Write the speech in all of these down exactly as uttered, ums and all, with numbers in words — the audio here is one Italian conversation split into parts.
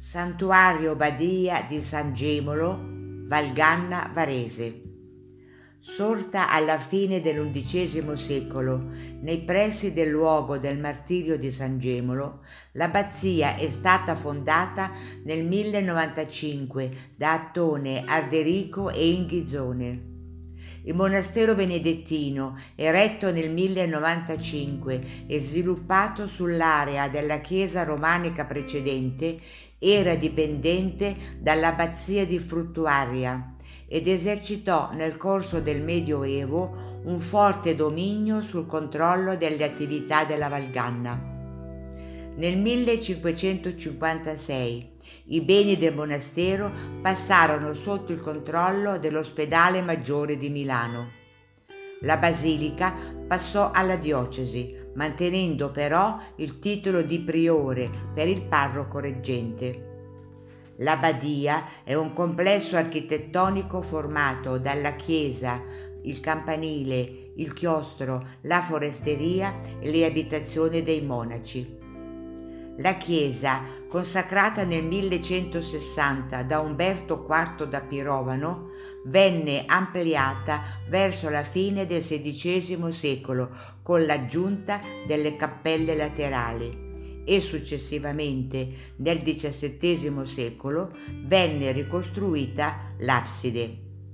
Santuario Badia di San Gemolo, Valganna Varese. Sorta alla fine dell'undicesimo secolo, nei pressi del luogo del martirio di San Gemolo, l'abbazia è stata fondata nel millecentonovantacinque da Attone, Arderico e Inghizone. Il monastero benedettino, eretto nel millecentonovantacinque e sviluppato sull'area della chiesa romanica precedente, era dipendente dall'abbazia di Fruttuaria ed esercitò nel corso del Medioevo un forte dominio sul controllo delle attività della Valganna. Nel millecinquecentocinquantasei i beni del monastero passarono sotto il controllo dell'Ospedale Maggiore di Milano. La basilica passò alla diocesi, mantenendo però il titolo di priore per il parroco reggente. L'abbadia è un complesso architettonico formato dalla chiesa, il campanile, il chiostro, la foresteria e le abitazioni dei monaci. La chiesa, consacrata nel millecentosessanta da Umberto quarto da Pirovano, venne ampliata verso la fine del sedicesimo secolo con l'aggiunta delle cappelle laterali e successivamente nel diciassettesimo secolo venne ricostruita l'abside.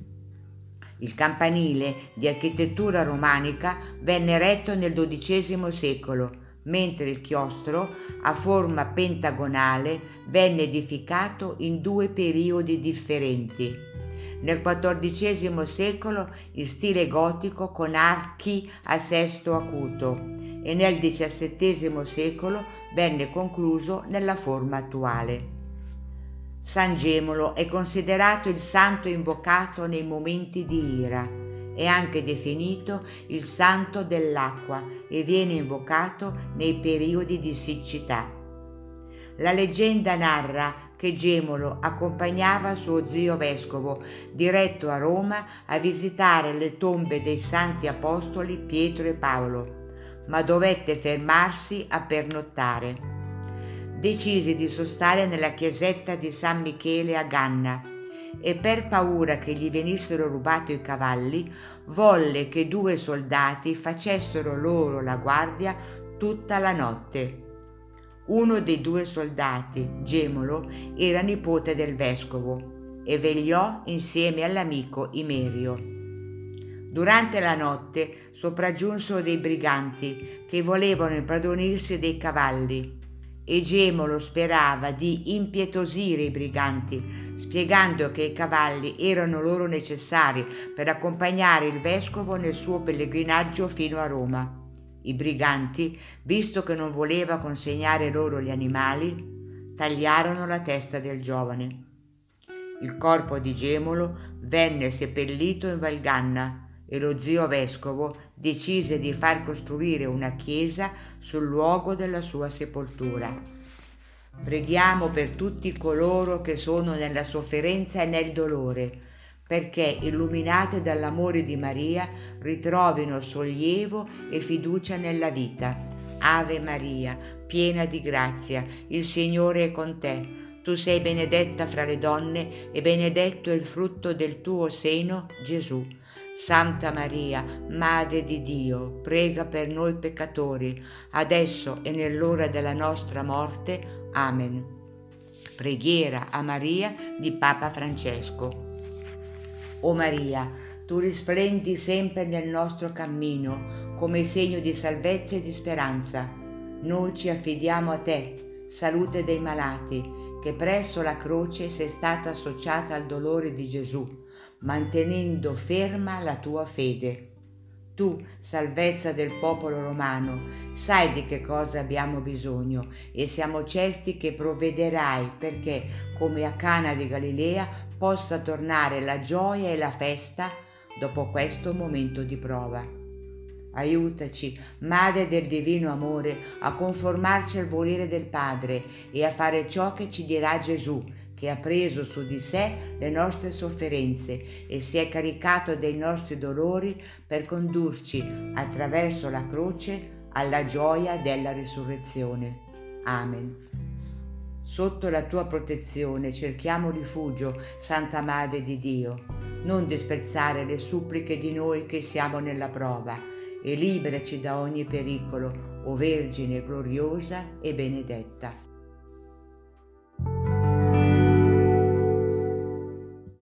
Il campanile, di architettura romanica, venne eretto nel dodicesimo secolo, mentre il chiostro, a forma pentagonale, venne edificato in due periodi differenti. Nel quattordicesimo secolo in stile gotico con archi a sesto acuto e nel diciassettesimo secolo venne concluso nella forma attuale. San Gemolo è considerato il santo invocato nei momenti di ira. È anche definito il santo dell'acqua e viene invocato nei periodi di siccità. La leggenda narra che Gemolo accompagnava suo zio vescovo, diretto a Roma a visitare le tombe dei santi apostoli Pietro e Paolo, ma dovette fermarsi a pernottare. Decise di sostare nella chiesetta di San Michele a Ganna e per paura che gli venissero rubati i cavalli, volle che due soldati facessero loro la guardia tutta la notte. Uno dei due soldati, Gemolo, era nipote del vescovo e vegliò insieme all'amico Imerio. Durante la notte sopraggiunsero dei briganti che volevano impadronirsi dei cavalli e Gemolo sperava di impietosire i briganti, spiegando che i cavalli erano loro necessari per accompagnare il vescovo nel suo pellegrinaggio fino a Roma. I briganti, visto che non voleva consegnare loro gli animali, tagliarono la testa del giovane. Il corpo di Gemolo venne seppellito in Valganna e lo zio vescovo decise di far costruire una chiesa sul luogo della sua sepoltura. Preghiamo per tutti coloro che sono nella sofferenza e nel dolore, perché, illuminate dall'amore di Maria, ritrovino sollievo e fiducia nella vita. Ave Maria, piena di grazia, il Signore è con te. Tu sei benedetta fra le donne e benedetto è il frutto del tuo seno, Gesù. Santa Maria, Madre di Dio, prega per noi peccatori, adesso e nell'ora della nostra morte. Amen. Preghiera a Maria di Papa Francesco. O Maria, tu risplendi sempre nel nostro cammino come segno di salvezza e di speranza. Noi ci affidiamo a te, salute dei malati, che presso la croce sei stata associata al dolore di Gesù, mantenendo ferma la tua fede. Tu, salvezza del popolo romano, sai di che cosa abbiamo bisogno e siamo certi che provvederai perché, come a Cana di Galilea, possa tornare la gioia e la festa dopo questo momento di prova. Aiutaci, Madre del Divino Amore, a conformarci al volere del Padre e a fare ciò che ci dirà Gesù, che ha preso su di sé le nostre sofferenze e si è caricato dei nostri dolori per condurci attraverso la croce alla gioia della risurrezione. Amen. Sotto la tua protezione cerchiamo rifugio, Santa Madre di Dio. Non disprezzare le suppliche di noi che siamo nella prova, e liberaci da ogni pericolo, o Vergine gloriosa e benedetta.